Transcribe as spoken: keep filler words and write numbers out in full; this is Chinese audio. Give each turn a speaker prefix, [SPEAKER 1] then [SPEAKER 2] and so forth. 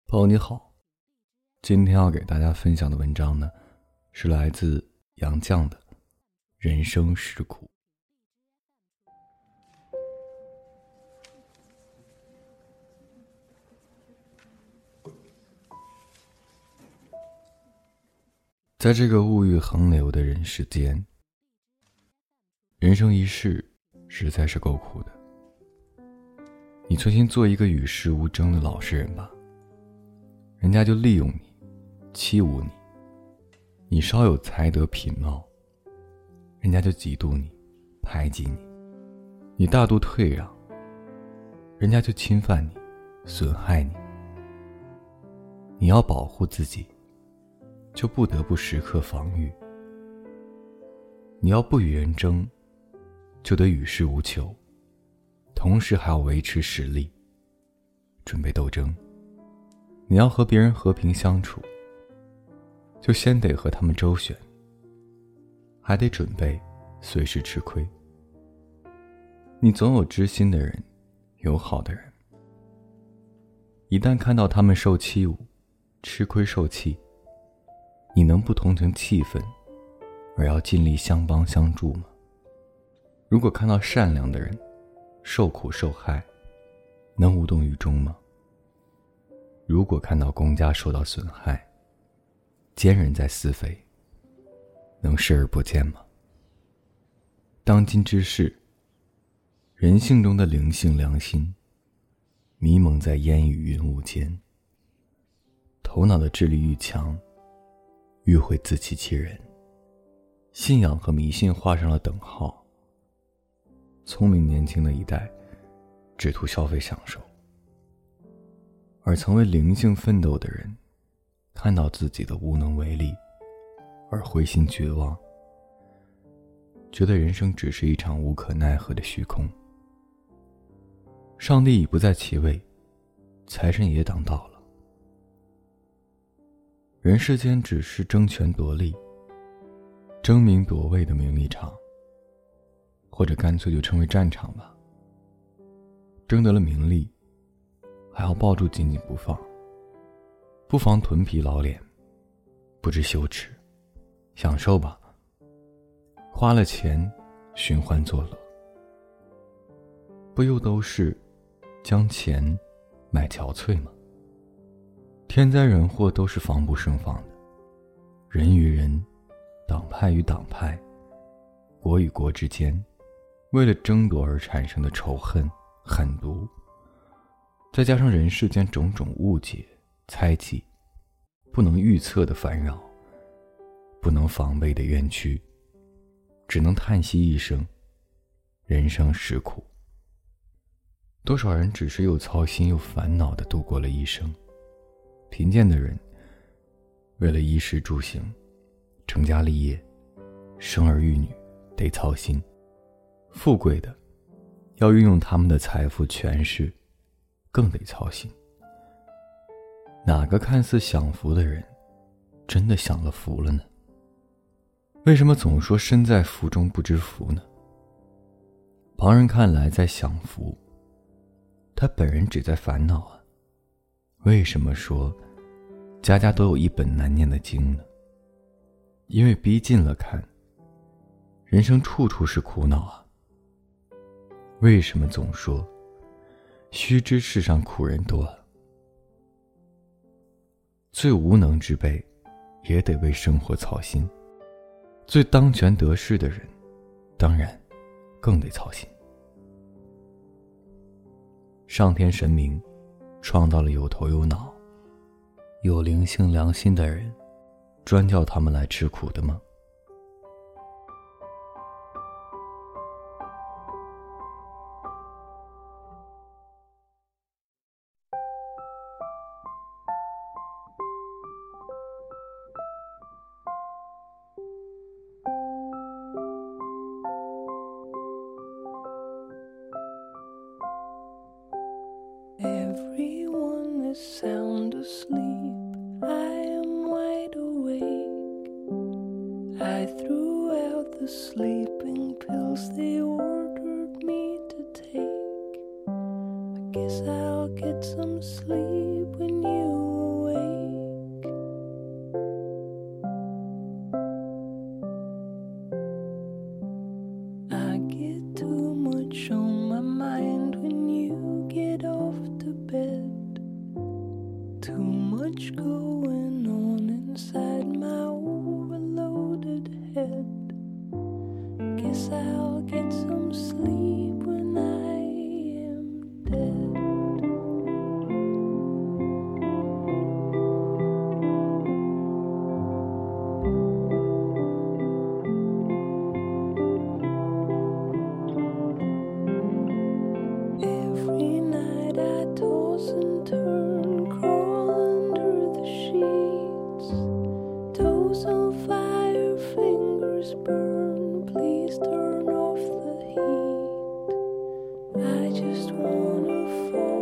[SPEAKER 1] 朋友你好，今天要给大家分享的文章呢，是来自杨绛的《人生是苦》。在这个物欲横流的人世间，人生一世实在是够苦的。你存心做一个与世无争的老实人吧，人家就利用你，欺侮你；你稍有才德品貌，人家就嫉妒你，排挤你；你大度退让，人家就侵犯你，损害你。你要保护自己，就不得不时刻防御；你要不与人争，就得与世无求，同时还要维持实力，准备斗争。你要和别人和平相处，就先得和他们周旋，还得准备随时吃亏。你总有知心的人，友好的人，一旦看到他们受欺侮，吃亏受气，你能不同情气愤，而要尽力相帮相助吗？如果看到善良的人受苦受害，能无动于衷吗？如果看到公家受到损害，奸人在私肥，能视而不见吗？当今之事，人性中的灵性良心迷蒙在烟雨云雾间，头脑的智力愈强，愈会自欺欺人，信仰和迷信画上了等号。聪明年轻的一代只图消费享受，而曾为灵性奋斗的人看到自己的无能为力而灰心绝望，觉得人生只是一场无可奈何的虚空。上帝已不在其位，财神爷当道了。人世间只是争权夺利、争名夺位的名利场，或者干脆就称为战场吧。争得了名利，还要抱住紧紧不放，不妨臀皮老脸，不知羞耻，享受吧，花了钱寻欢作乐。不又都是将钱买憔悴吗？天灾人祸都是防不胜防的，人与人，党派与党派，国与国之间，为了争夺而产生的仇恨、狠毒，再加上人世间种种误解、猜忌，不能预测的烦扰，不能防备的冤屈，只能叹息一声，人生是苦。多少人只是又操心又烦恼地度过了一生。贫贱的人为了衣食住行、成家立业、生儿育女得操心，富贵的要运用他们的财富权势，更得操心。哪个看似享福的人真的享了福了呢？为什么总说身在福中不知福呢？旁人看来在享福，他本人只在烦恼啊。为什么说家家都有一本难念的经呢？因为逼近了看，人生处处是苦恼啊。为什么总说须知世上苦人多啊？最无能之辈也得为生活操心，最当权得势的人当然更得操心。上天神明创造了有头有脑、有灵性良心的人，专叫他们来吃苦的吗？
[SPEAKER 2] Everyone is sound asleep, I am wide awake. I threw out the sleeping pills they ordered me to take. I Guess I'll get some sleep when you awake. I get too much on my mind when you get off to bed. Too much going on inside my overloaded head. Guess I'll get some sleep when I am dead. Every night I toss and turn, crawl under the sheets. Toes on fire, fingers burn. Please turn off the heat. I just wanna fall